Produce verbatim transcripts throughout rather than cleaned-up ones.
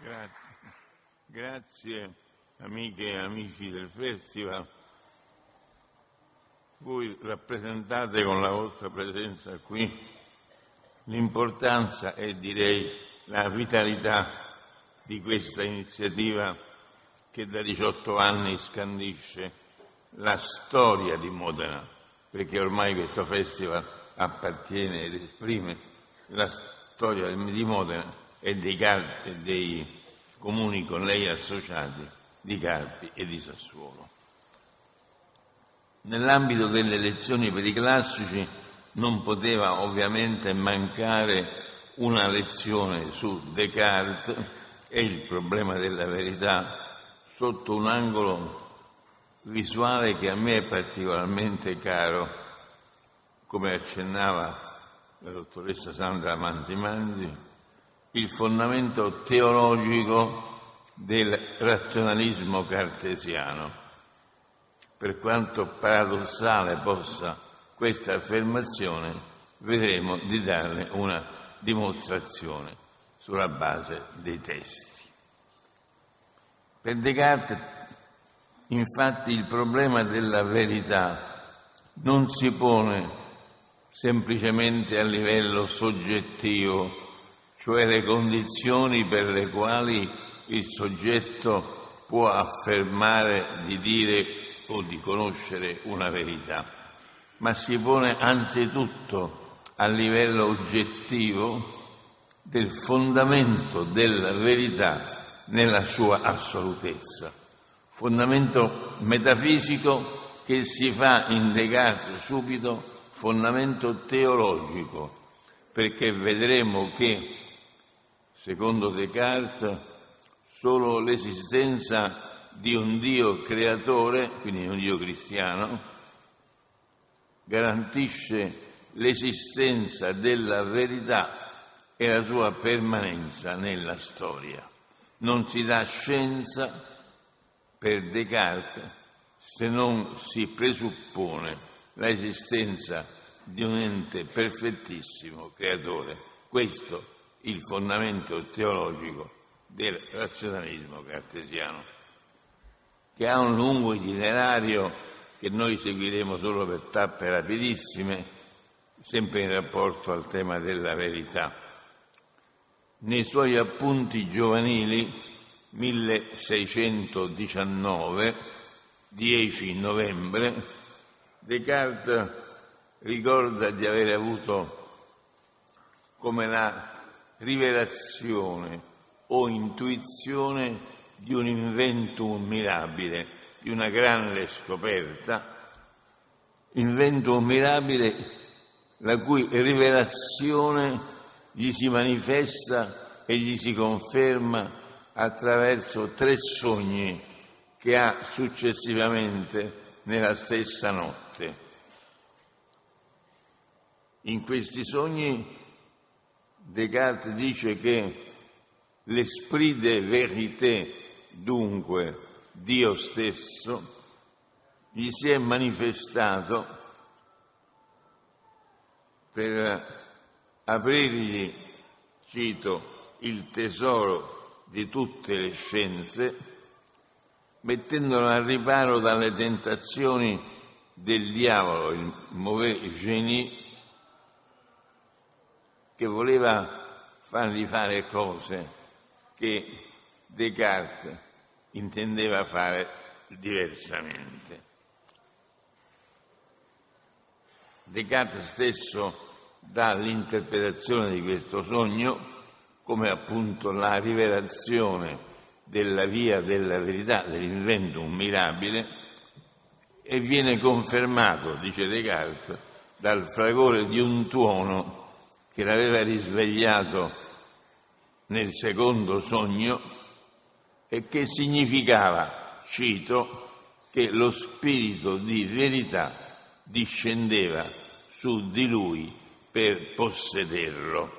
Grazie. Grazie amiche e amici del Festival. Voi rappresentate con la vostra presenza qui l'importanza e direi la vitalità di questa iniziativa che da diciotto anni scandisce la storia di Modena, perché ormai questo festival appartiene ed esprime la storia di Modena e dei, Carpi, e dei comuni con lei associati di Carpi e di Sassuolo. Nell'ambito delle lezioni per i classici non poteva ovviamente mancare una lezione su Descartes e il problema della verità sotto un angolo visuale che a me è particolarmente caro, come accennava la dottoressa Sandra Manzi-Manzi, il fondamento teologico del razionalismo cartesiano. Per quanto paradossale possa questa affermazione, vedremo di darne una dimostrazione sulla base dei testi. Per Descartes, infatti, il problema della verità non si pone semplicemente a livello soggettivo, cioè le condizioni per le quali il soggetto può affermare di dire o di conoscere una verità, ma si pone anzitutto a livello oggettivo del fondamento della verità nella sua assolutezza, fondamento metafisico che si fa in Descartes subito fondamento teologico, perché vedremo che, secondo Descartes, solo l'esistenza di un Dio creatore, quindi un Dio cristiano, garantisce l'esistenza della verità e la sua permanenza nella storia. Non si dà scienza per Descartes se non si presuppone l'esistenza di un ente perfettissimo creatore. Questo è il fondamento teologico del razionalismo cartesiano, che ha un lungo itinerario che noi seguiremo solo per tappe rapidissime, sempre in rapporto al tema della verità. Nei suoi appunti giovanili, milleseicentodiciannove, dieci novembre, Descartes ricorda di aver avuto come la rivelazione o intuizione di un inventum mirabile, di una grande scoperta, inventum mirabile la cui rivelazione gli si manifesta e gli si conferma attraverso tre sogni che ha successivamente nella stessa notte. In questi sogni Descartes dice che l'esprit de vérité, dunque Dio stesso, gli si è manifestato per aprirgli, cito, il tesoro di tutte le scienze, mettendolo al riparo dalle tentazioni del diavolo, il mauvais génie, che voleva fargli fare cose che Descartes intendeva fare diversamente. Descartes stesso dà l'interpretazione di questo sogno come appunto la rivelazione della via della verità, dell'inventum mirabile, e viene confermato, dice Descartes, dal fragore di un tuono che l'aveva risvegliato nel secondo sogno e che significava, cito, che lo spirito di verità discendeva su di lui per possederlo.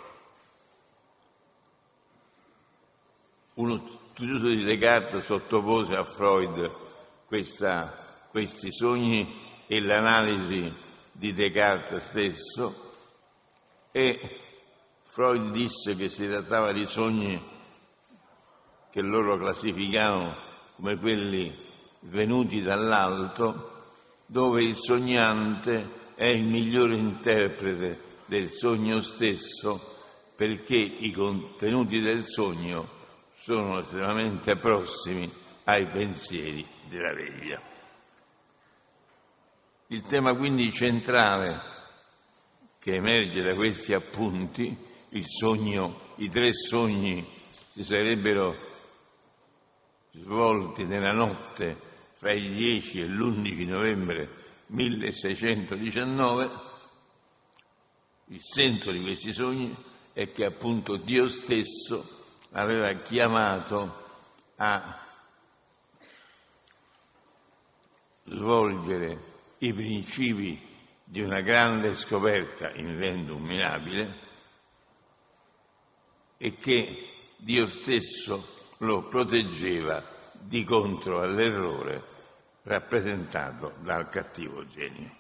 Uno studioso di Descartes sottopose a Freud questa, questi sogni e l'analisi di Descartes stesso, e Freud disse che si trattava di sogni che loro classificavano come quelli venuti dall'alto, dove il sognante è il migliore interprete del sogno stesso, perché i contenuti del sogno sono estremamente prossimi ai pensieri della veglia. Il tema quindi centrale che emerge da questi appunti, il sogno, i tre sogni si sarebbero svolti nella notte fra il dieci e l'undici novembre milleseicentodiciannove, il senso di questi sogni è che appunto Dio stesso aveva chiamato a svolgere i principi di una grande scoperta, inventum mirabile, e che Dio stesso lo proteggeva di contro all'errore rappresentato dal cattivo genio.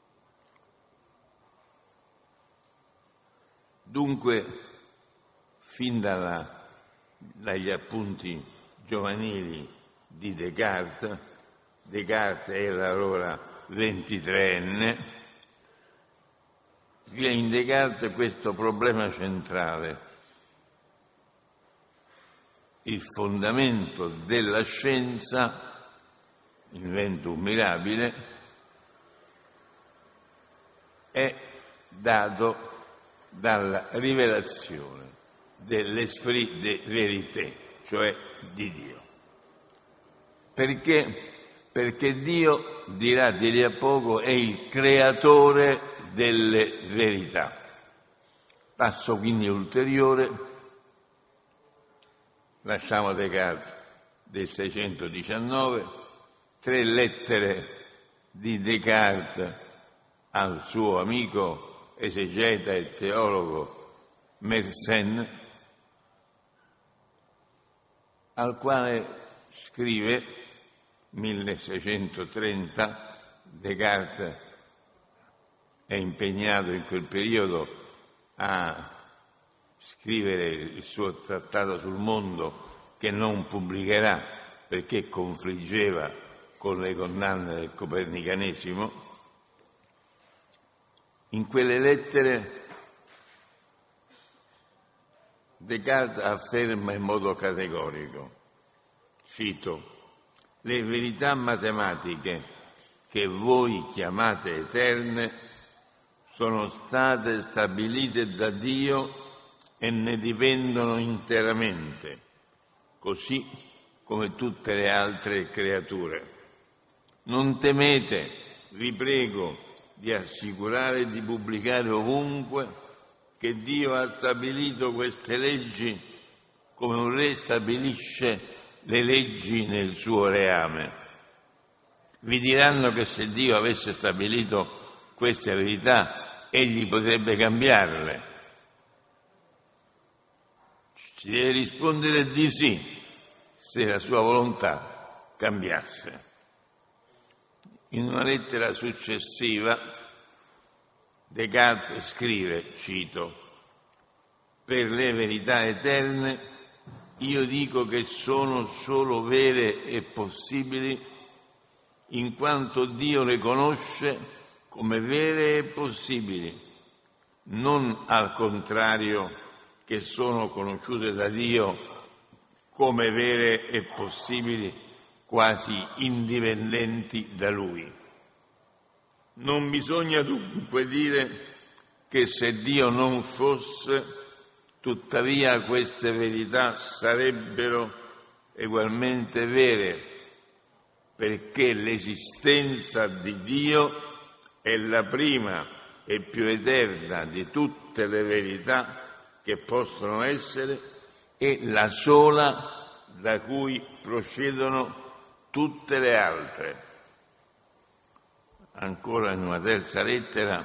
Dunque, fin dalla, dagli appunti giovanili di Descartes, Descartes era allora ventitreenne, vi è in Descartes questo problema centrale: il fondamento della scienza, inventum mirabile, è dato dalla rivelazione dell'esprit de vérité, cioè di Dio. Perché? Perché Dio, dirà di lì a poco, è il creatore delle verità. Passo quindi ulteriore, lasciamo Descartes del seicentodiciannove, tre lettere di Descartes al suo amico esegeta e teologo Mersenne, al quale scrive milleseicentotrenta. Descartes è impegnato in quel periodo a scrivere il suo trattato sul mondo, che non pubblicherà perché confliggeva con le condanne del copernicanesimo. In quelle lettere Descartes afferma in modo categorico, cito: «Le verità matematiche che voi chiamate eterne sono state stabilite da Dio e ne dipendono interamente, così come tutte le altre creature. Non temete, vi prego, di assicurare e di pubblicare ovunque che Dio ha stabilito queste leggi come un re stabilisce le leggi nel suo reame. Vi diranno che se Dio avesse stabilito queste verità, egli potrebbe cambiarle. Ci deve rispondere di sì, se la sua volontà cambiasse. In una lettera successiva Descartes scrive, cito: «Per le verità eterne io dico che sono solo vere e possibili in quanto Dio le conosce come vere e possibili, non al contrario che sono conosciute da Dio come vere e possibili quasi indipendenti da Lui. Non bisogna dunque dire che se Dio non fosse, tuttavia queste verità sarebbero ugualmente vere, perché l'esistenza di Dio è la prima e più eterna di tutte le verità che possono essere e la sola da cui procedono tutte le altre». Ancora in una terza lettera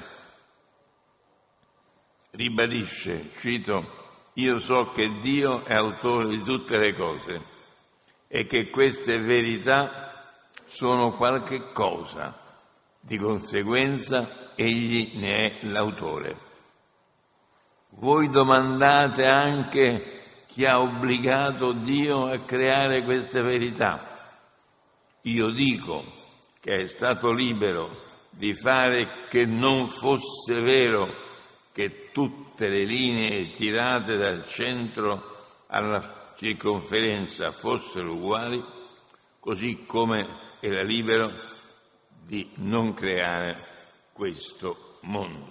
ribadisce, cito: «Io so che Dio è autore di tutte le cose e che queste verità sono qualche cosa, di conseguenza egli ne è l'autore. Voi domandate anche chi ha obbligato Dio a creare queste verità. Io dico che è stato libero di fare che non fosse vero che tutte le linee tirate dal centro alla circonferenza fossero uguali, così come era libero di non creare questo mondo.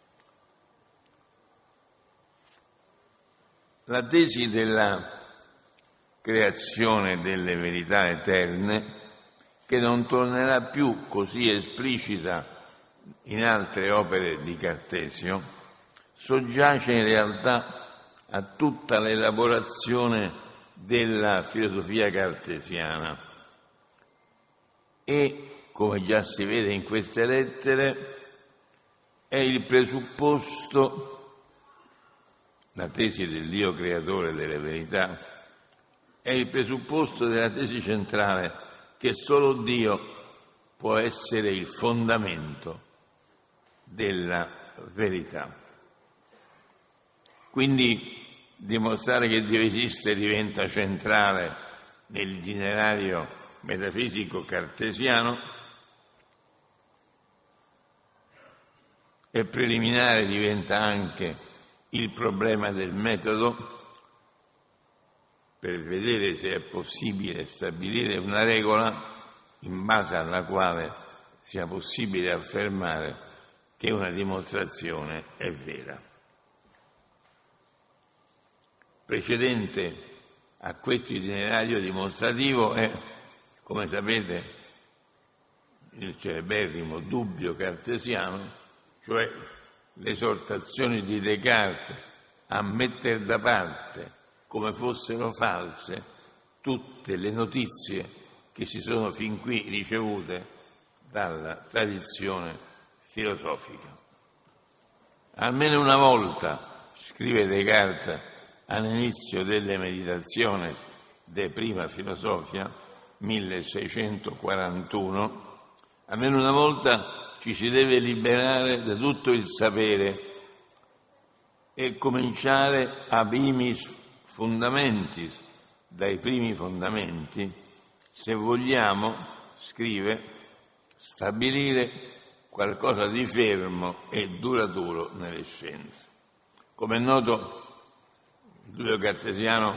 La tesi della creazione delle verità eterne, che non tornerà più così esplicita in altre opere di Cartesio, soggiace in realtà a tutta l'elaborazione della filosofia cartesiana e, come già si vede in queste lettere, è il presupposto, la tesi del Dio creatore delle verità, è il presupposto della tesi centrale che solo Dio può essere il fondamento della verità. Quindi dimostrare che Dio esiste diventa centrale nell'itinerario metafisico cartesiano e preliminare diventa anche il problema del metodo per vedere se è possibile stabilire una regola in base alla quale sia possibile affermare che una dimostrazione è vera. Precedente a questo itinerario dimostrativo è, come sapete, il celeberrimo dubbio cartesiano, cioè l'esortazione di Descartes a mettere da parte come fossero false tutte le notizie che si sono fin qui ricevute dalla tradizione filosofica. Almeno una volta, scrive Descartes all'inizio delle Meditazioni de Prima Filosofia, milleseicentoquarantuno, almeno una volta ci si deve liberare da tutto il sapere e cominciare ab imis fundamentis, dai primi fondamenti, se vogliamo, scrive, stabilire qualcosa di fermo e duraturo nelle scienze. Come è noto, il dubbio cartesiano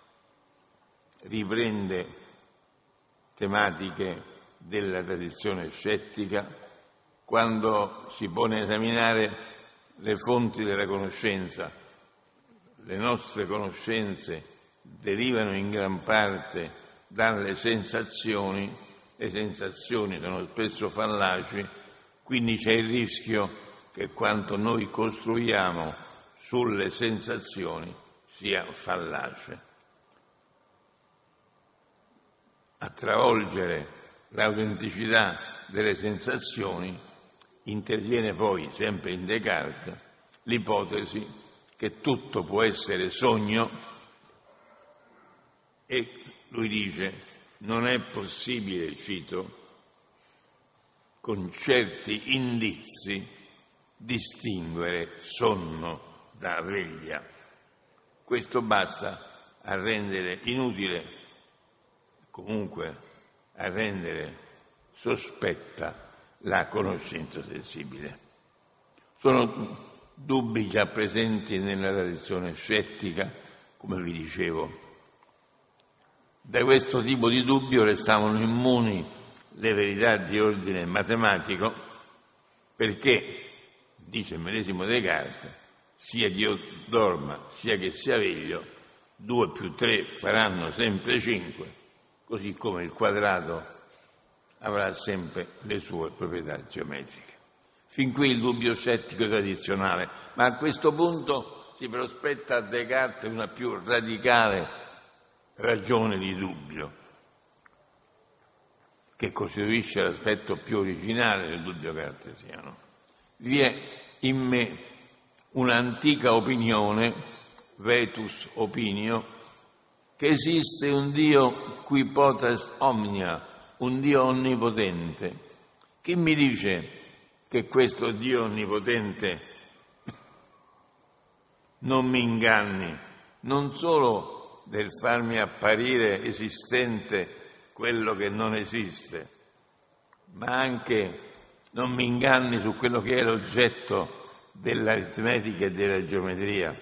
riprende tematiche della tradizione scettica quando si pone a esaminare le fonti della conoscenza. Le nostre conoscenze derivano in gran parte dalle sensazioni, le sensazioni sono spesso fallaci, quindi c'è il rischio che quanto noi costruiamo sulle sensazioni sia fallace. A travolgere l'autenticità delle sensazioni interviene poi, sempre in Descartes, l'ipotesi che tutto può essere sogno e lui dice non è possibile, cito, con certi indizi distinguere sonno da veglia. Questo basta a rendere inutile, comunque a rendere sospetta la conoscenza sensibile. Sono dubbi già presenti nella tradizione scettica, come vi dicevo. Da questo tipo di dubbio restavano immuni le verità di ordine matematico, perché, dice il medesimo Descartes, sia Dio dorma sia che sia veglio, due più tre faranno sempre cinque, così come il quadrato avrà sempre le sue proprietà geometriche. Fin qui il dubbio scettico tradizionale, ma a questo punto si prospetta a Descartes una più radicale ragione di dubbio, che costituisce l'aspetto più originale del dubbio cartesiano. Vi è in me un'antica opinione, vetus opinio, che esiste un Dio qui potest omnia, un Dio onnipotente. Chi mi dice che questo Dio onnipotente non mi inganni non solo del farmi apparire esistente quello che non esiste, ma anche non mi inganni su quello che è l'oggetto dell'aritmetica e della geometria.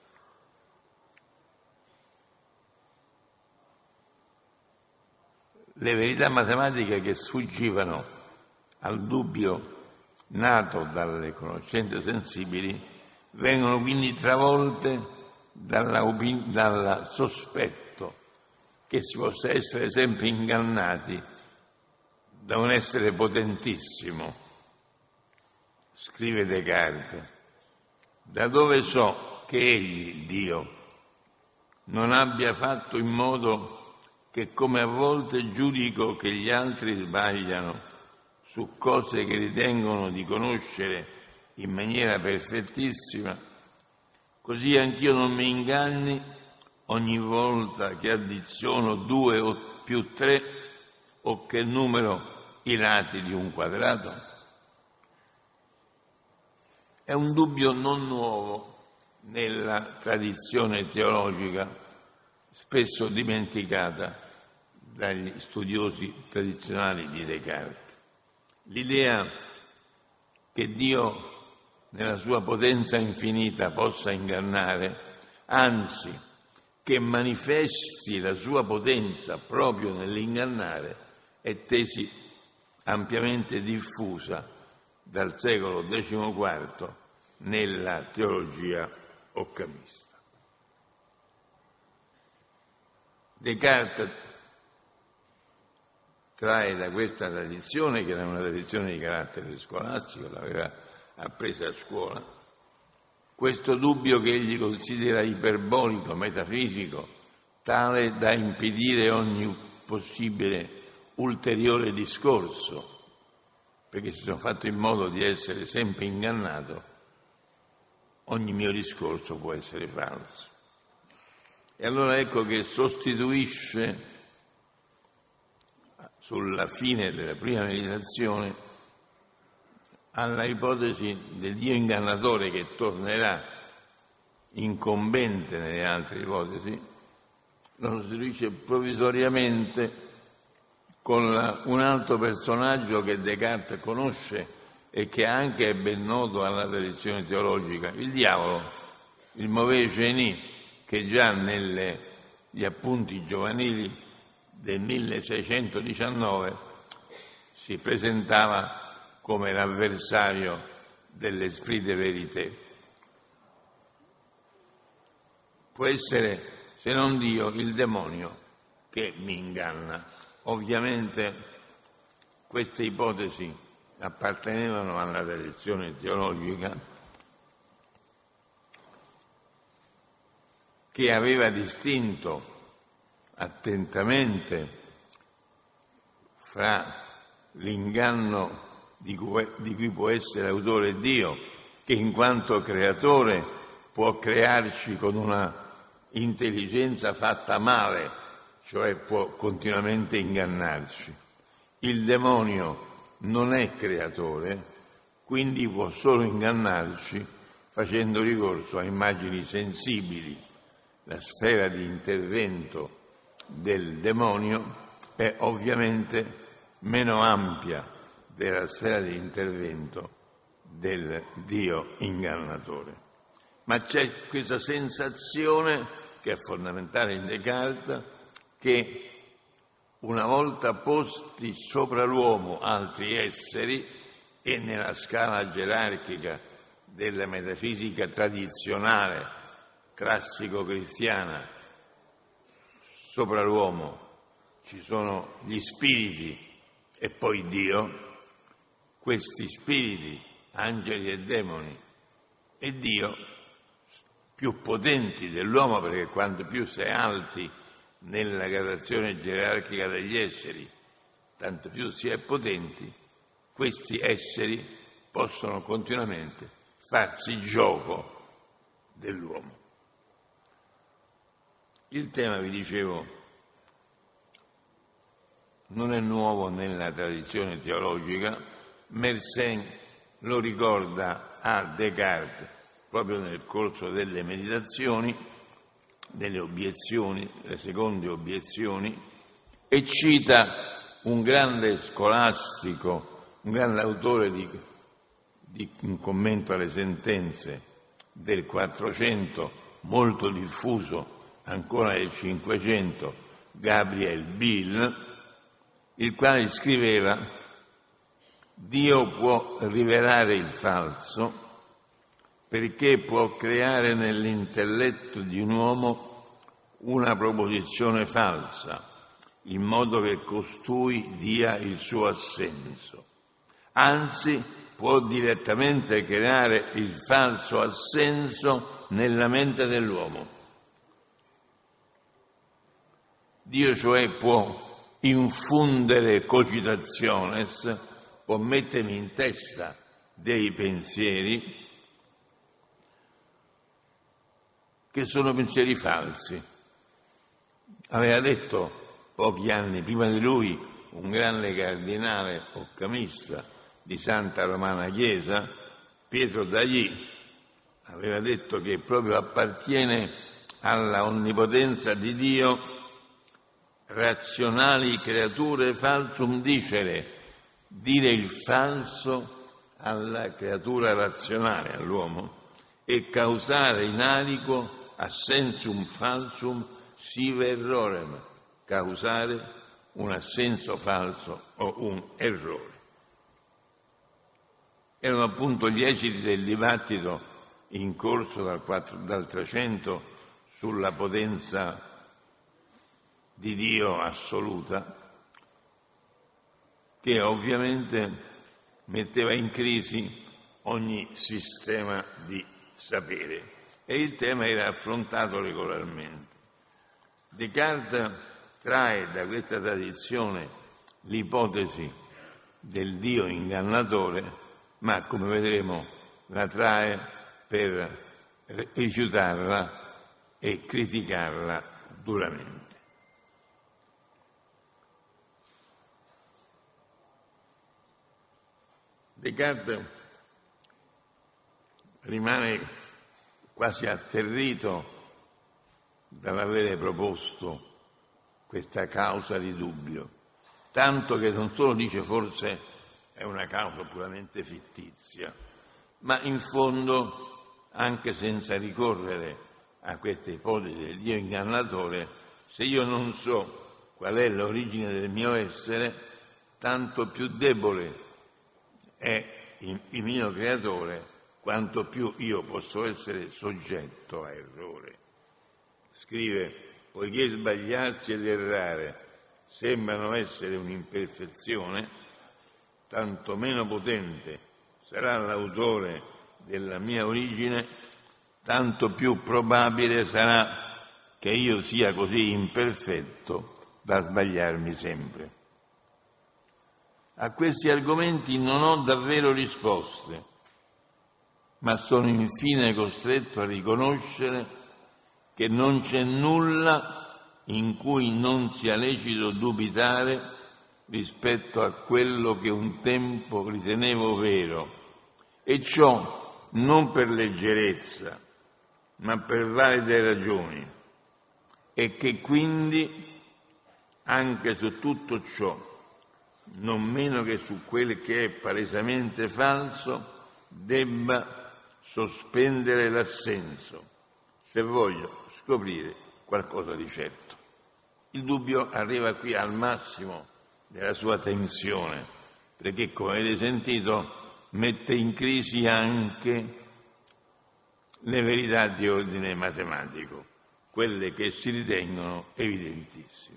Le verità matematiche che sfuggivano al dubbio nato dalle conoscenze sensibili vengono quindi travolte dalla, opin- dal sospetto che si possa essere sempre ingannati da un essere potentissimo. Scrive Descartes: da dove so che egli, Dio, non abbia fatto in modo che, come a volte giudico che gli altri sbagliano su cose che ritengono di conoscere in maniera perfettissima, così anch'io non mi inganni ogni volta che addiziono due o più tre o che numero i lati di un quadrato? È un dubbio non nuovo nella tradizione teologica, spesso dimenticata dagli studiosi tradizionali di Descartes. L'idea che Dio, nella sua potenza infinita, possa ingannare, anzi, che manifesti la sua potenza proprio nell'ingannare, è tesi ampiamente diffusa dal secolo decimoquarto nella teologia occamista. Descartes trae da questa tradizione, che era una tradizione di carattere scolastico, l'aveva appresa a scuola, questo dubbio che egli considera iperbolico, metafisico, tale da impedire ogni possibile ulteriore discorso, perché si sono fatto in modo di essere sempre ingannato, ogni mio discorso può essere falso. E allora ecco che sostituisce, sulla fine della prima meditazione, alla ipotesi del Dio ingannatore che tornerà incombente nelle altre ipotesi, lo sostituisce provvisoriamente con la, un altro personaggio che Descartes conosce e che anche è ben noto alla tradizione teologica, il diavolo, il mauvais génie, che già negli appunti giovanili del milleseicentodiciannove si presentava come l'avversario dell'esprit de vérité. Può essere, se non Dio, il demonio che mi inganna. Ovviamente queste ipotesi appartenevano alla tradizione teologica che aveva distinto attentamente fra l'inganno di cui, di cui può essere autore Dio, che in quanto creatore può crearci con una intelligenza fatta male, cioè può continuamente ingannarci. Il demonio non è creatore, quindi può solo ingannarci facendo ricorso a immagini sensibili. La sfera di intervento del demonio è ovviamente meno ampia della sfera di intervento del Dio ingannatore. Ma c'è questa sensazione, che è fondamentale in Descartes, che una volta posti sopra l'uomo altri esseri, e nella scala gerarchica della metafisica tradizionale classico-cristiana, sopra l'uomo ci sono gli spiriti e poi Dio, questi spiriti, angeli e demoni, e Dio, più potenti dell'uomo, perché quanto più sei alti nella gradazione gerarchica degli esseri, tanto più si è potenti, questi esseri possono continuamente farsi gioco dell'uomo. Il tema, vi dicevo, non è nuovo nella tradizione teologica. Mersenne lo ricorda a Descartes proprio nel corso delle meditazioni, delle obiezioni, le seconde obiezioni, e cita un grande scolastico, un grande autore di, di un commento alle sentenze del Quattrocento, molto diffuso ancora nel Cinquecento, Gabriel Biel, il quale scriveva: Dio può rivelare il falso perché può creare nell'intelletto di un uomo una proposizione falsa, in modo che costui dia il suo assenso. Anzi, può direttamente creare il falso assenso nella mente dell'uomo. Dio cioè può infundere cogitationes, può mettermi in testa dei pensieri che sono pensieri falsi. Aveva detto pochi anni prima di lui un grande cardinale occamista di Santa Romana Chiesa, Pietro Dagli, aveva detto che proprio appartiene alla onnipotenza di Dio razionali creature falsum dicere, dire il falso alla creatura razionale, all'uomo, e causare in aliquo assensum falsum sive errorem, causare un assenso falso o un errore. Erano appunto gli esiti del dibattito in corso dal, quattro, dal trecento sulla potenza di Dio assoluta, che ovviamente metteva in crisi ogni sistema di sapere, e il tema era affrontato regolarmente. Descartes trae da questa tradizione l'ipotesi del Dio ingannatore, ma come vedremo la trae per rifiutarla e criticarla duramente. Descartes rimane quasi atterrito dall'avere proposto questa causa di dubbio, tanto che non solo dice forse è una causa puramente fittizia, ma in fondo, anche senza ricorrere a questa ipotesi del Dio ingannatore, se io non so qual è l'origine del mio essere, tanto più debole è il, il mio creatore, quanto più io posso essere soggetto a errore. Scrive: poiché sbagliarsi ed errare sembrano essere un'imperfezione, tanto meno potente sarà l'autore della mia origine, tanto più probabile sarà che io sia così imperfetto da sbagliarmi sempre. A questi argomenti non ho davvero risposte, ma sono infine costretto a riconoscere che non c'è nulla in cui non sia lecito dubitare rispetto a quello che un tempo ritenevo vero, e ciò non per leggerezza, ma per valide ragioni, e che quindi anche su tutto ciò, non meno che su quel che è palesemente falso, debba sospendere l'assenso, se voglio scoprire qualcosa di certo. Il dubbio arriva qui al massimo della sua tensione, perché, come avete sentito, mette in crisi anche le verità di ordine matematico, quelle che si ritengono evidentissime.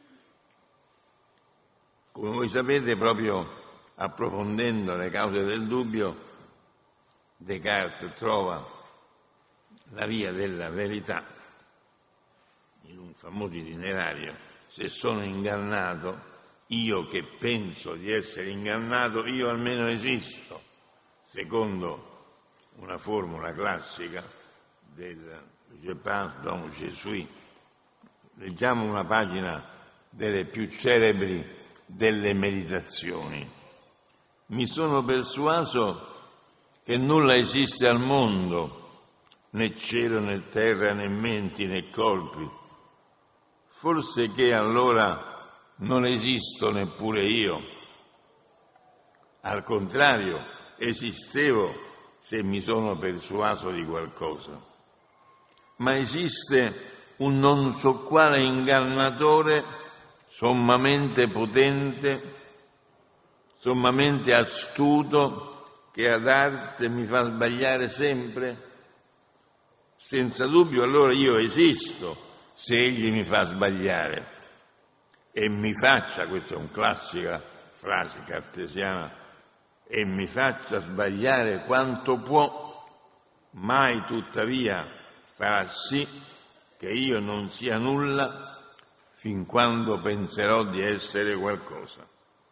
Come voi sapete, proprio approfondendo le cause del dubbio, Descartes trova la via della verità in un famoso itinerario: se sono ingannato, io che penso di essere ingannato, io almeno esisto, secondo una formula classica del Je pense donc je suis. Leggiamo una pagina delle più celebri delle meditazioni. Mi sono persuaso che nulla esiste al mondo, né cielo né terra né menti né corpi. Forse che allora non esisto neppure io. Al contrario, esistevo se mi sono persuaso di qualcosa. Ma esiste un non so quale ingannatore sommamente potente, sommamente astuto, che ad arte mi fa sbagliare sempre? Senza dubbio allora io esisto se egli mi fa sbagliare e mi faccia, questa è una classica frase cartesiana, e mi faccia sbagliare quanto può, mai tuttavia farà sì che io non sia nulla fin quando penserò di essere qualcosa.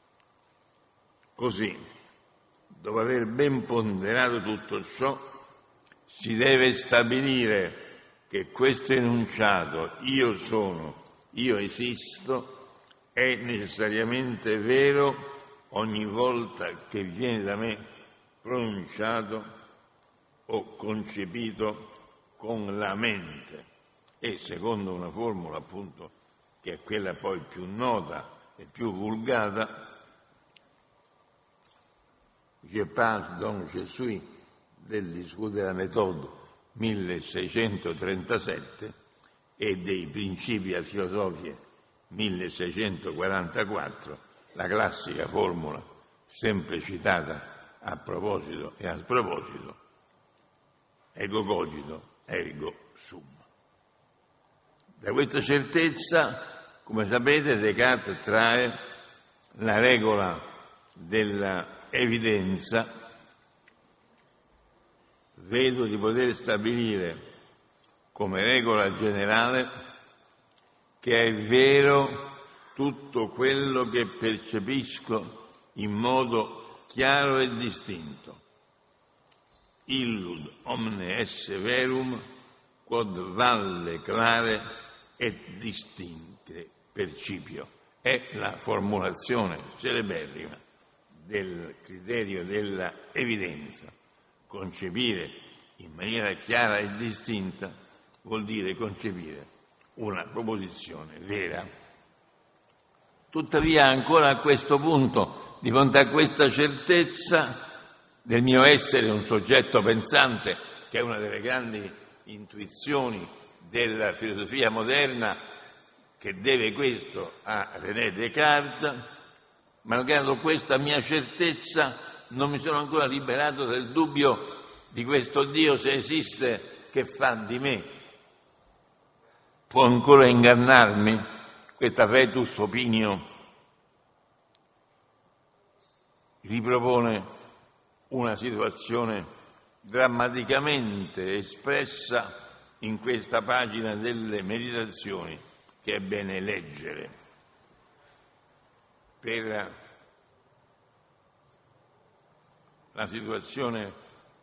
Così, dopo aver ben ponderato tutto ciò, si deve stabilire che questo enunciato, io sono, io esisto, è necessariamente vero ogni volta che viene da me pronunciato o concepito con la mente. E secondo una formula appunto che è quella poi più nota e più vulgata, Je pense donc je suis del discorso della méthode milleseicentotrentasette e dei principi a filosofia milleseicentoquarantaquattro, la classica formula sempre citata a proposito e a sproposito, ego cogito, ergo sum. Da questa certezza, come sapete, Descartes trae la regola dell'evidenza. Vedo di poter stabilire come regola generale che è vero tutto quello che percepisco in modo chiaro e distinto. Illud omne esse verum quod valle clare et distinte percipio. È la formulazione celeberrima del criterio della evidenza. Concepire in maniera chiara e distinta vuol dire concepire una proposizione vera. Tuttavia, ancora a questo punto, di fronte a questa certezza del mio essere un soggetto pensante, che è una delle grandi intuizioni della filosofia moderna, che deve questo a René Descartes, malgrado questa mia certezza, non mi sono ancora liberato del dubbio di questo Dio, se esiste, che fa di me. Può ancora ingannarmi questa vetus opinio? Ripropone una situazione drammaticamente espressa in questa pagina delle meditazioni che è bene leggere per la situazione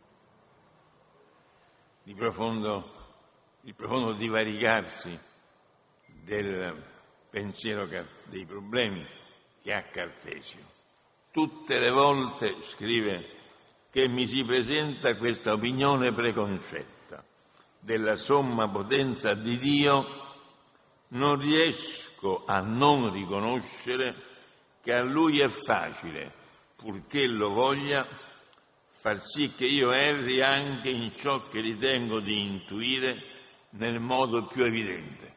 di profondo, di profondo divaricarsi del pensiero, dei problemi che ha Cartesio. Tutte le volte, scrive, che mi si presenta questa opinione preconcetta della somma potenza di Dio, non riesco a non riconoscere che a Lui è facile, purché lo voglia, far sì che io erri anche in ciò che ritengo di intuire nel modo più evidente.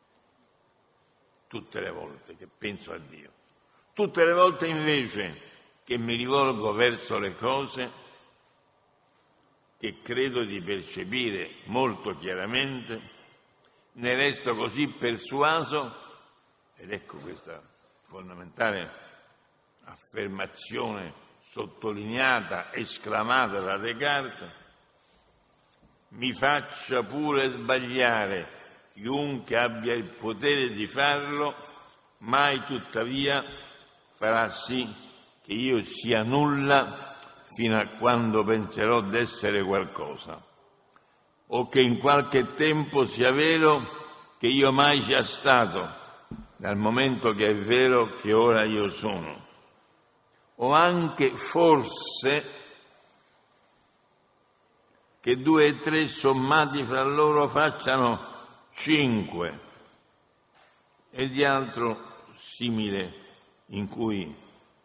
Tutte le volte che penso a Dio. Tutte le volte invece che mi rivolgo verso le cose che credo di percepire molto chiaramente, ne resto così persuaso, ed ecco questa fondamentale affermazione sottolineata, esclamata da Descartes, mi faccia pure sbagliare chiunque abbia il potere di farlo, mai tuttavia farà sì che io sia nulla fino a quando penserò d'essere qualcosa, o che in qualche tempo sia vero che io mai sia stato, dal momento che è vero che ora io sono, o anche forse che due e tre sommati fra loro facciano cinque, e di altro simile in cui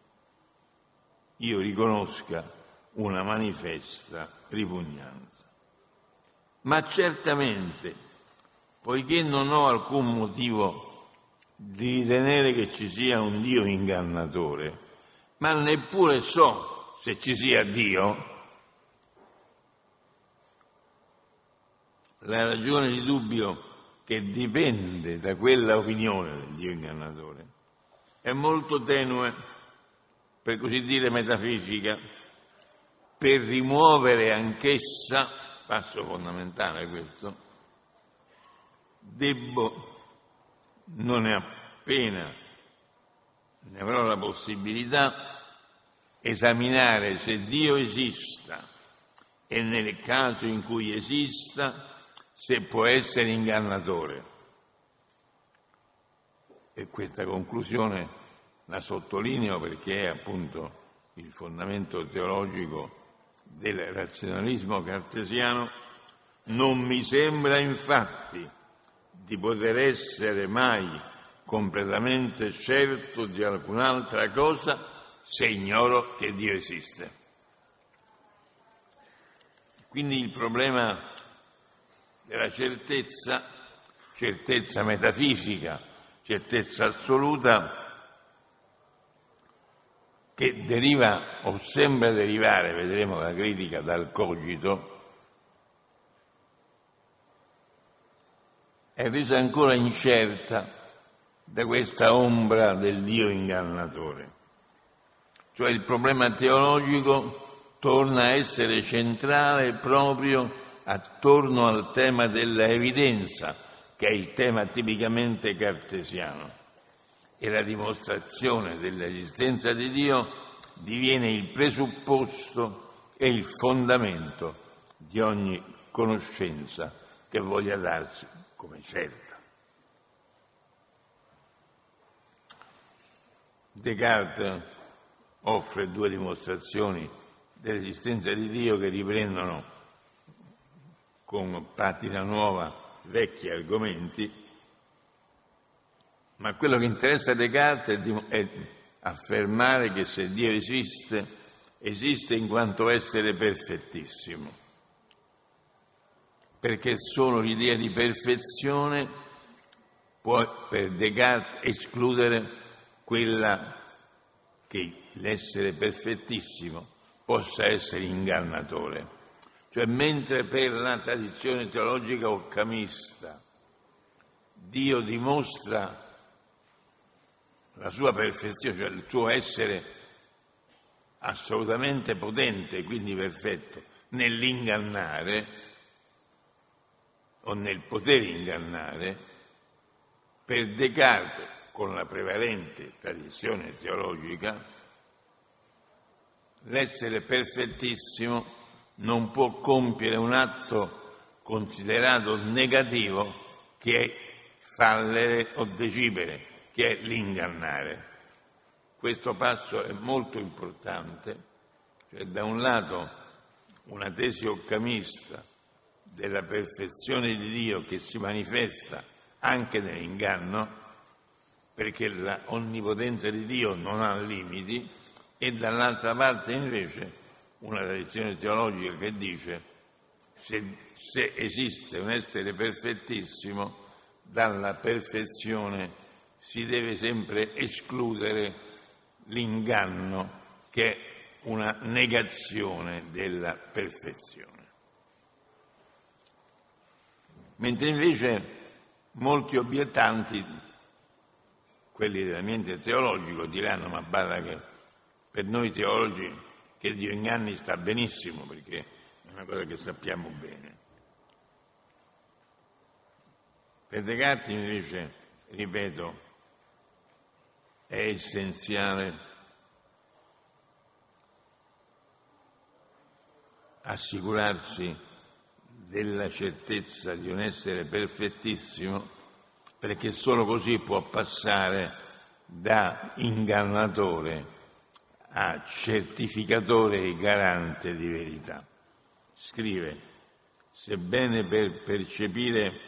io riconosca una manifesta ripugnanza. Ma certamente, poiché non ho alcun motivo di ritenere che ci sia un Dio ingannatore, ma neppure so se ci sia Dio, la ragione di dubbio che dipende da quella opinione del Dio ingannatore è molto tenue, per così dire metafisica, per rimuovere anch'essa, passo fondamentale questo, debbo, non appena ne avrò la possibilità, esaminare se Dio esista e nel caso in cui esista, se può essere ingannatore. E questa conclusione la sottolineo perché è appunto il fondamento teologico del razionalismo cartesiano. Non mi sembra infatti di poter essere mai completamente certo di alcun'altra cosa se ignoro che Dio esiste. Quindi il problema della certezza, certezza metafisica, certezza assoluta, che deriva o sembra derivare, vedremo la critica, dal cogito, è resa ancora incerta da questa ombra del Dio ingannatore. Cioè il problema teologico torna a essere centrale proprio attorno al tema della evidenza, che è il tema tipicamente cartesiano, e la dimostrazione dell'esistenza di Dio diviene il presupposto e il fondamento di ogni conoscenza che voglia darsi come certa. Descartes offre due dimostrazioni dell'esistenza di Dio che riprendono con patina nuova vecchi argomenti, ma quello che interessa a Descartes è affermare che se Dio esiste, esiste in quanto essere perfettissimo, perché solo l'idea di perfezione può per Descartes escludere quella che l'essere perfettissimo possa essere ingannatore. Cioè, mentre per la tradizione teologica occamista Dio dimostra la sua perfezione, cioè il suo essere assolutamente potente, quindi perfetto, nell'ingannare o nel poter ingannare, per Descartes, con la prevalente tradizione teologica, l'essere perfettissimo non può compiere un atto considerato negativo che è fallere o decidere, che è l'ingannare. Questo passo è molto importante, cioè da un lato una tesi occamista della perfezione di Dio che si manifesta anche nell'inganno, perché la onnipotenza di Dio non ha limiti, e dall'altra parte invece una tradizione teologica che dice se, se esiste un essere perfettissimo, dalla perfezione si deve sempre escludere l'inganno, che è una negazione della perfezione. Mentre invece molti obiettanti, quelli dell'ambiente teologico, diranno: ma bada che per noi teologi che Dio inganni sta benissimo, perché è una cosa che sappiamo bene. Per Descartes invece, ripeto, è essenziale assicurarsi della certezza di un essere perfettissimo, perché solo così può passare da ingannatore a certificatore e garante di verità. Scrive sebbene per percepire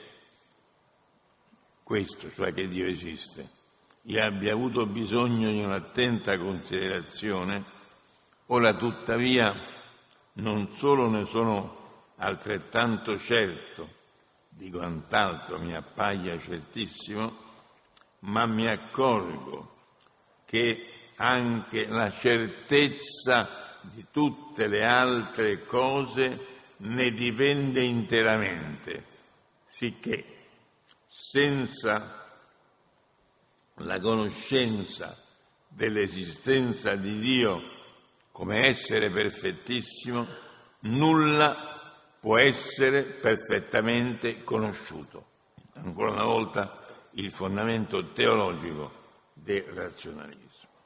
questo, cioè che Dio esiste, io abbia avuto bisogno di un'attenta considerazione, ora tuttavia non solo ne sono altrettanto certo di quant'altro mi appaia certissimo, ma mi accorgo che anche la certezza di tutte le altre cose ne dipende interamente, sicché senza la conoscenza dell'esistenza di Dio come essere perfettissimo, nulla può essere perfettamente conosciuto. Ancora una volta il fondamento teologico del razionalismo.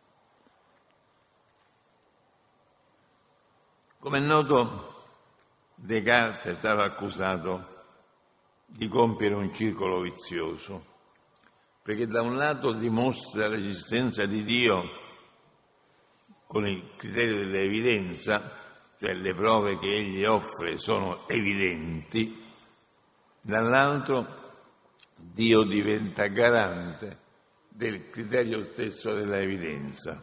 Come è noto, Descartes è stato accusato di compiere un circolo vizioso, perché da un lato dimostra l'esistenza di Dio con il criterio dell'evidenza, cioè le prove che egli offre sono evidenti, dall'altro Dio diventa garante del criterio stesso della evidenza.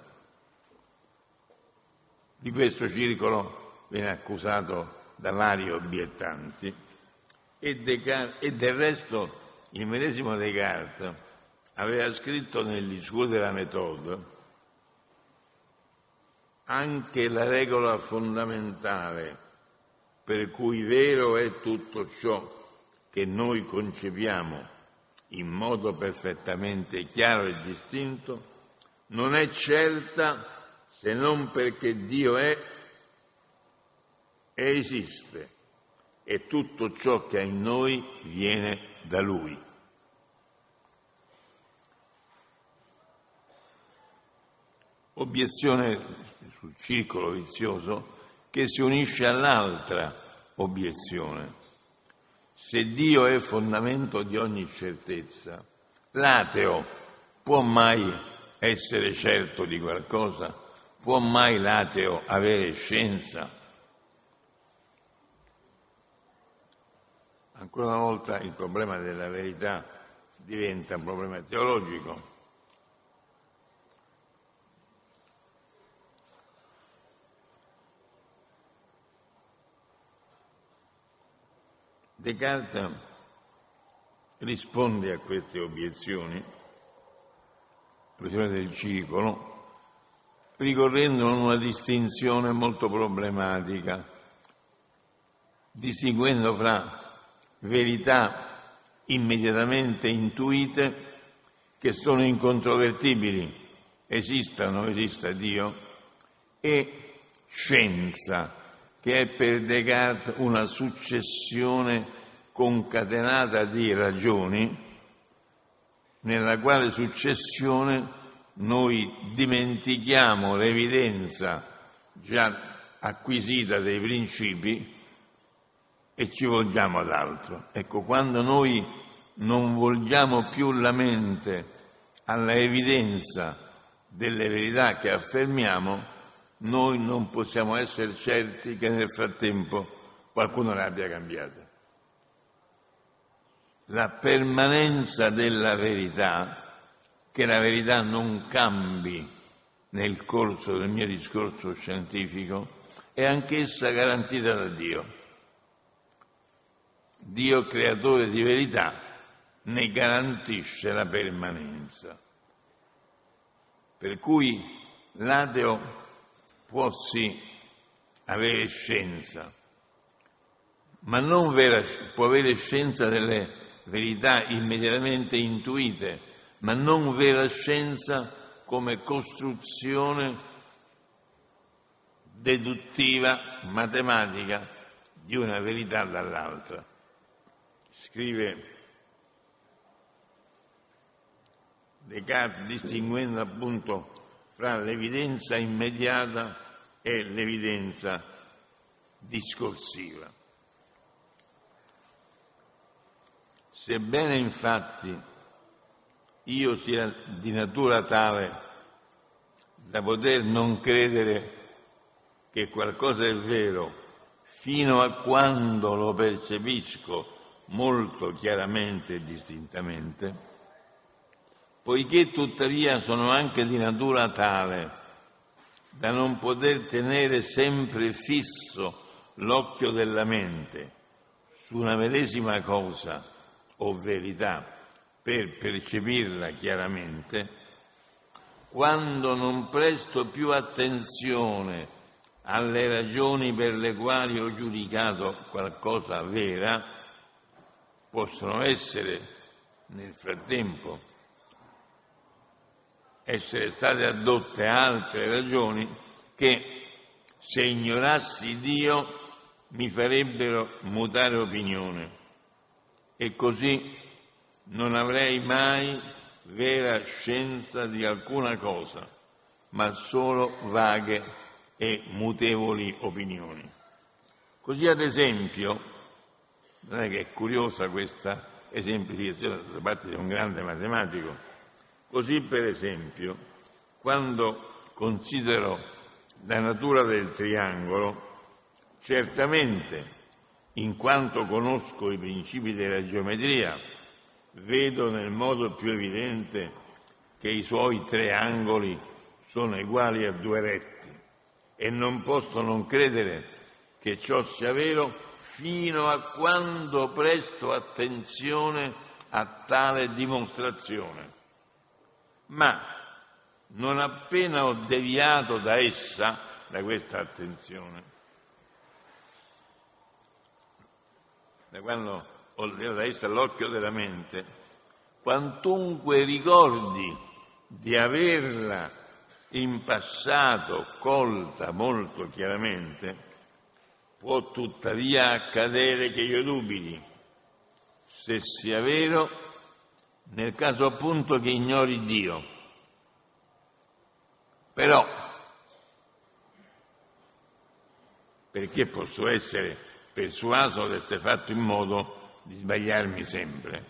Di questo circolo viene accusato da vari obiettanti e, Descartes, e del resto il medesimo Descartes aveva scritto nel Discours de la Méthode anche la regola fondamentale per cui vero è tutto ciò che noi concepiamo in modo perfettamente chiaro e distinto, non è certa se non perché Dio è e esiste, e tutto ciò che è in noi viene da Lui. Obiezione sul circolo vizioso che si unisce all'altra obiezione. Se Dio è fondamento di ogni certezza, l'ateo può mai essere certo di qualcosa? Può mai l'ateo avere scienza? Ancora una volta il problema della verità diventa un problema teologico. Descartes risponde a queste obiezioni, l'obiezione del circolo, ricorrendo a una distinzione molto problematica, distinguendo fra verità immediatamente intuite che sono incontrovertibili, esistano, esista Dio, e scienza, che è per Descartes una successione concatenata di ragioni, nella quale successione noi dimentichiamo l'evidenza già acquisita dei principi e ci volgiamo ad altro. Ecco, quando noi non volgiamo più la mente alla evidenza delle verità che affermiamo, noi non possiamo essere certi che nel frattempo qualcuno le abbia cambiate. La permanenza della verità, che la verità non cambi nel corso del mio discorso scientifico, è anch'essa garantita da Dio. Dio, creatore di verità, ne garantisce la permanenza. Per cui l'ateo può sì avere scienza, ma non vera, può avere scienza delle verità immediatamente intuite, ma non vera scienza come costruzione deduttiva, matematica di una verità dall'altra. Scrive Descartes distinguendo appunto fra l'evidenza immediata e l'evidenza discorsiva. Sebbene infatti io sia di natura tale da poter non credere che qualcosa è vero fino a quando lo percepisco molto chiaramente e distintamente, poiché tuttavia sono anche di natura tale da non poter tenere sempre fisso l'occhio della mente su una medesima cosa o verità per percepirla chiaramente, quando non presto più attenzione alle ragioni per le quali ho giudicato qualcosa vera, possono essere nel frattempo essere state addotte altre ragioni che, se ignorassi Dio, mi farebbero mutare opinione, e così non avrei mai vera scienza di alcuna cosa, ma solo vaghe e mutevoli opinioni. Così, ad esempio, non è che è curiosa questa esemplificazione da parte di un grande matematico, così per esempio, quando considero la natura del triangolo, certamente, in quanto conosco i principi della geometria, vedo nel modo più evidente che i suoi tre angoli sono uguali a due retti e non posso non credere che ciò sia vero fino a quando presto attenzione a tale dimostrazione. Ma non appena ho deviato da essa, da questa attenzione, da quando ho deviato da essa l'occhio della mente, quantunque ricordi di averla in passato colta molto chiaramente, può tuttavia accadere che io dubiti se sia vero, nel caso appunto che ignori Dio. Però, perché posso essere persuaso di essere fatto in modo di sbagliarmi sempre.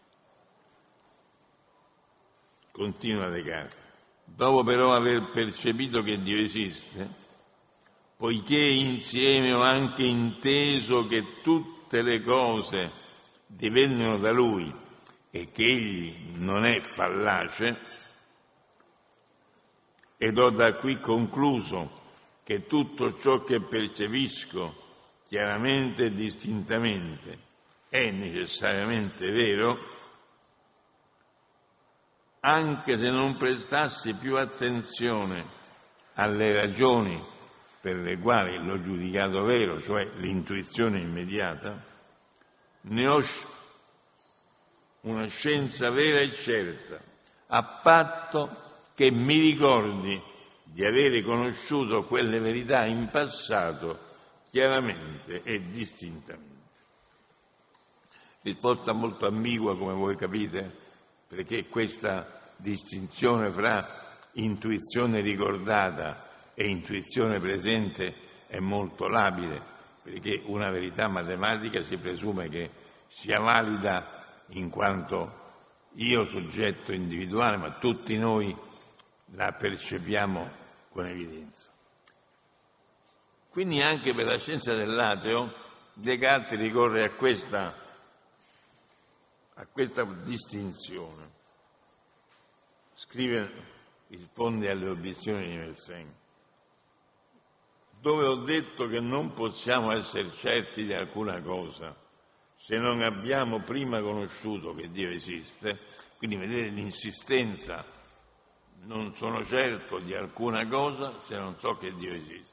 Continua Descartes. Dopo però aver percepito che Dio esiste, poiché insieme ho anche inteso che tutte le cose divennero da Lui e che Egli non è fallace, ed ho da qui concluso che tutto ciò che percepisco chiaramente e distintamente è necessariamente vero, anche se non prestassi più attenzione alle ragioni per le quali l'ho giudicato vero, cioè l'intuizione immediata, ne ho una scienza vera e certa, a patto che mi ricordi di avere conosciuto quelle verità in passato chiaramente e distintamente. Risposta molto ambigua, come voi capite, perché questa distinzione fra intuizione ricordata e intuizione presente è molto labile, perché una verità matematica si presume che sia valida in quanto io soggetto individuale, ma tutti noi la percepiamo con evidenza. Quindi anche per la scienza dell'ateo Descartes ricorre a questa, a questa distinzione. Scrive, risponde alle obiezioni di Mersenne, dove ho detto che non possiamo essere certi di alcuna cosa se non abbiamo prima conosciuto che Dio esiste. Quindi vedete l'insistenza: non sono certo di alcuna cosa se non so che Dio esiste.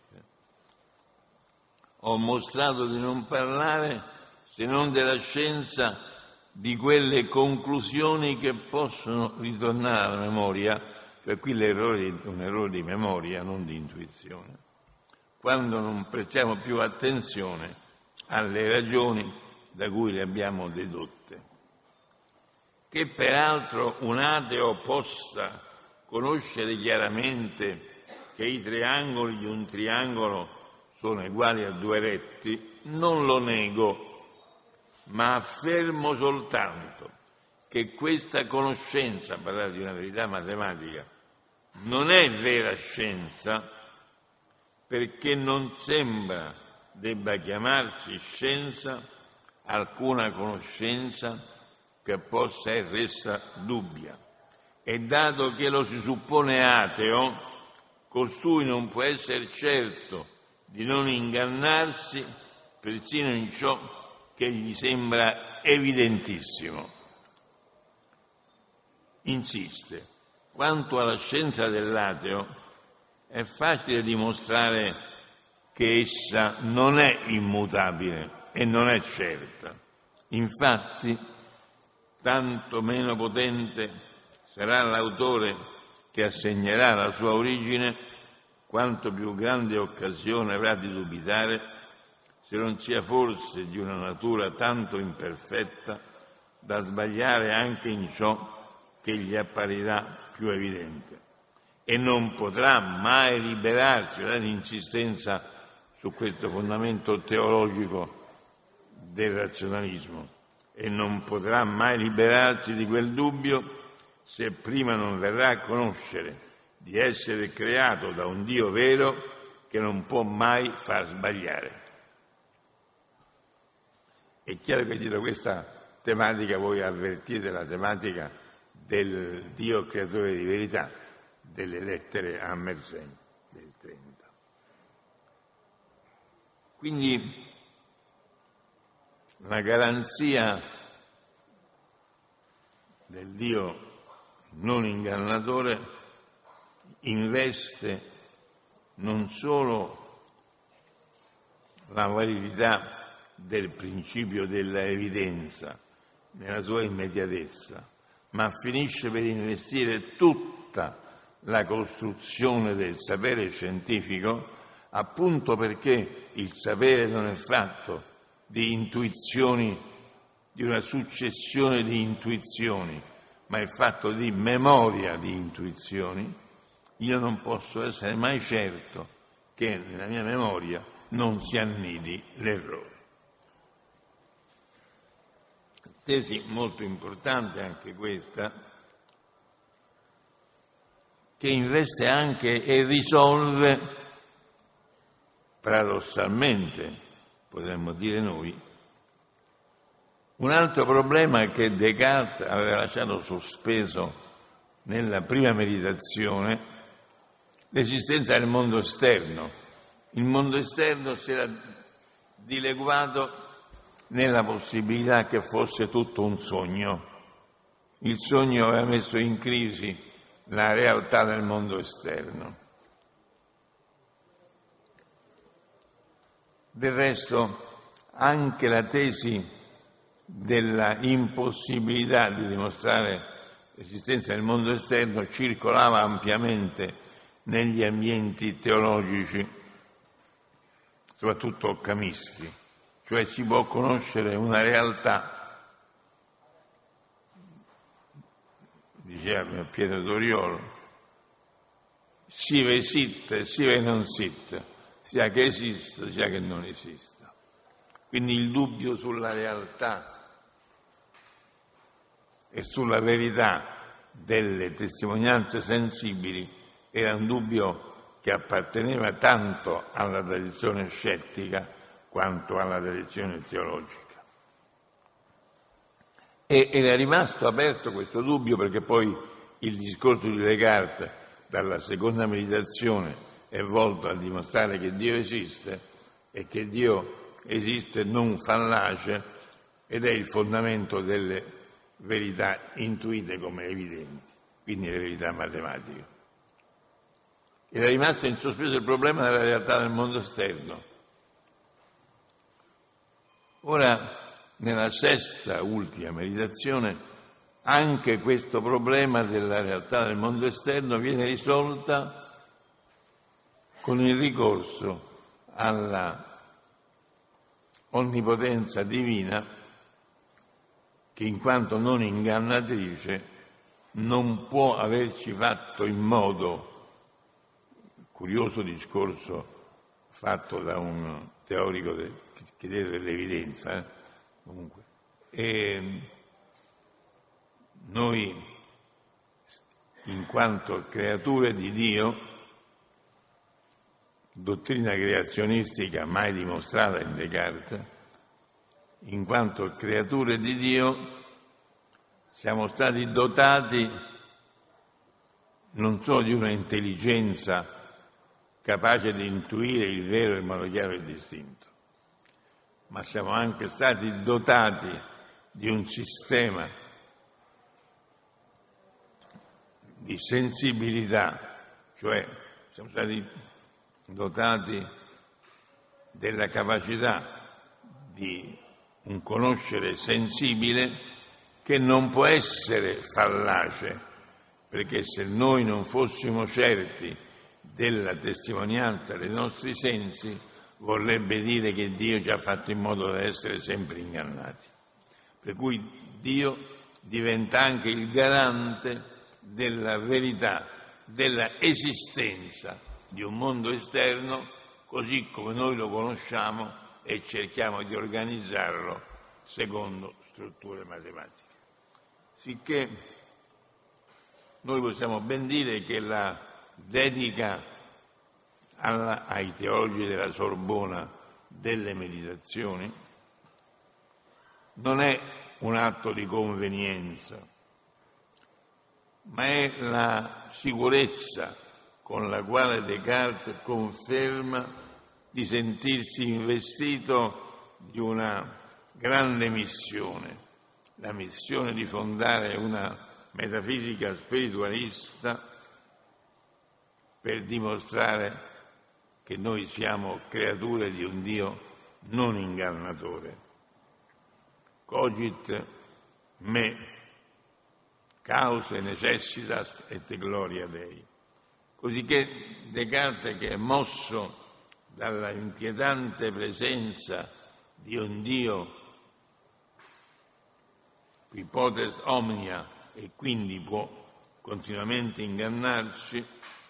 Ho mostrato di non parlare se non della scienza di quelle conclusioni che possono ritornare alla memoria, per cui l'errore è un errore di memoria, non di intuizione, quando non prestiamo più attenzione alle ragioni da cui le abbiamo dedotte. Che peraltro un ateo possa conoscere chiaramente che i tre angoli di un triangolo sono uguali a due retti, non lo nego, ma affermo soltanto che questa conoscenza, parlare di una verità matematica, non è vera scienza, perché non sembra debba chiamarsi scienza alcuna conoscenza che possa essere dubbia. E dato che lo si suppone ateo, costui non può essere certo di non ingannarsi persino in ciò che gli sembra evidentissimo. Insiste, quanto alla scienza dell'ateo, è facile dimostrare che essa non è immutabile e non è certa. Infatti, tanto meno potente sarà l'autore che assegnerà la sua origine, quanto più grande occasione avrà di dubitare se non sia forse di una natura tanto imperfetta da sbagliare anche in ciò che gli apparirà più evidente. E non potrà mai liberarsi dall'insistenza su questo fondamento teologico del razionalismo, e non potrà mai liberarsi di quel dubbio se prima non verrà a conoscere di essere creato da un Dio vero che non può mai far sbagliare. È chiaro che dietro questa tematica voi avvertite la tematica del Dio creatore di verità, delle lettere a Mersenne del trenta. Quindi la garanzia del Dio non ingannatore investe non solo la validità del principio della evidenza nella sua immediatezza, ma finisce per investire tutta la costruzione del sapere scientifico, appunto perché il sapere non è fatto di intuizioni, di una successione di intuizioni, ma è fatto di memoria di intuizioni. Io non posso essere mai certo che nella mia memoria non si annidi l'errore. Tesi molto importante anche questa, che investe anche e risolve, paradossalmente, potremmo dire noi, un altro problema che Descartes aveva lasciato sospeso nella prima meditazione, l'esistenza del mondo esterno. Il mondo esterno si era dileguato nella possibilità che fosse tutto un sogno. Il sogno aveva messo in crisi la realtà del mondo esterno. Del resto, anche la tesi della impossibilità di dimostrare l'esistenza del mondo esterno circolava ampiamente negli ambienti teologici, soprattutto occamisti, cioè si può conoscere una realtà, diceva Pietro Doriolo, sive esiste, sive non sit, sia che esista, sia che non esista. Quindi il dubbio sulla realtà e sulla verità delle testimonianze sensibili era un dubbio che apparteneva tanto alla tradizione scettica quanto alla tradizione teologica. E era rimasto aperto questo dubbio perché poi il discorso di Descartes, dalla seconda meditazione, è volto a dimostrare che Dio esiste e che Dio esiste non fallace, ed è il fondamento delle verità intuite come evidenti, quindi le verità matematiche. Era rimasto in sospeso il problema della realtà del mondo esterno. Ora, nella sesta ultima meditazione, anche questo problema della realtà del mondo esterno viene risolta con il ricorso alla onnipotenza divina che, in quanto non ingannatrice, non può averci fatto in modo, curioso discorso fatto da un teorico de, che chiede dell'evidenza, eh? comunque, e noi, in quanto creature di Dio, dottrina creazionistica mai dimostrata in Descartes, in quanto creature di Dio siamo stati dotati non solo di una intelligenza capace di intuire il vero in modo chiaro e distinto, ma siamo anche stati dotati di un sistema di sensibilità, cioè siamo stati dotati della capacità di un conoscere sensibile che non può essere fallace, perché se noi non fossimo certi della testimonianza dei nostri sensi, vorrebbe dire che Dio ci ha fatto in modo da essere sempre ingannati. Per cui Dio diventa anche il garante della verità, della esistenza di un mondo esterno così come noi lo conosciamo e cerchiamo di organizzarlo secondo strutture matematiche. Sicché noi possiamo ben dire che la dedica alla, ai teologi della Sorbona delle meditazioni non è un atto di convenienza, ma è la sicurezza con la quale Descartes conferma di sentirsi investito di una grande missione, la missione di fondare una metafisica spiritualista per dimostrare che noi siamo creature di un Dio non ingannatore. Cogit me cause necessitas et gloria Dei. Cosicché Descartes, che è mosso dalla inquietante presenza di un Dio qui potest omnia e quindi può continuamente ingannarci,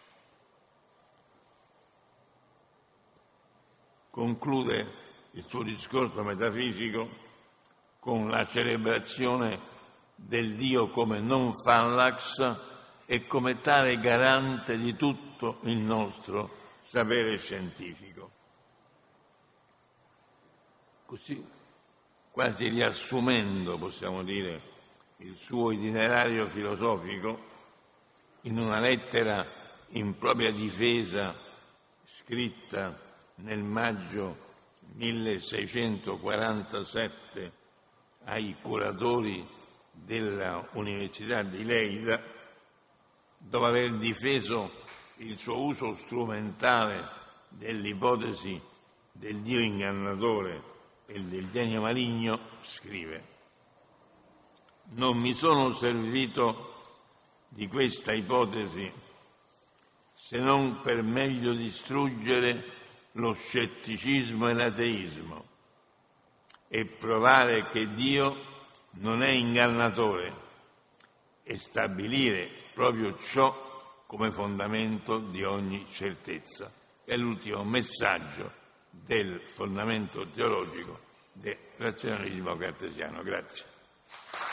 conclude il suo discorso metafisico con la celebrazione del Dio come non fallax e come tale garante di tutto il nostro sapere scientifico. Così, quasi riassumendo, possiamo dire, il suo itinerario filosofico, in una lettera in propria difesa scritta nel maggio milleseicentoquarantasette ai curatori della Università di Leida, dopo aver difeso il suo uso strumentale dell'ipotesi del Dio ingannatore e del genio maligno, scrive: non mi sono servito di questa ipotesi se non per meglio distruggere lo scetticismo e l'ateismo e provare che Dio non è ingannatore e stabilire proprio ciò come fondamento di ogni certezza. È l'ultimo messaggio del fondamento teologico del razionalismo cartesiano. Grazie.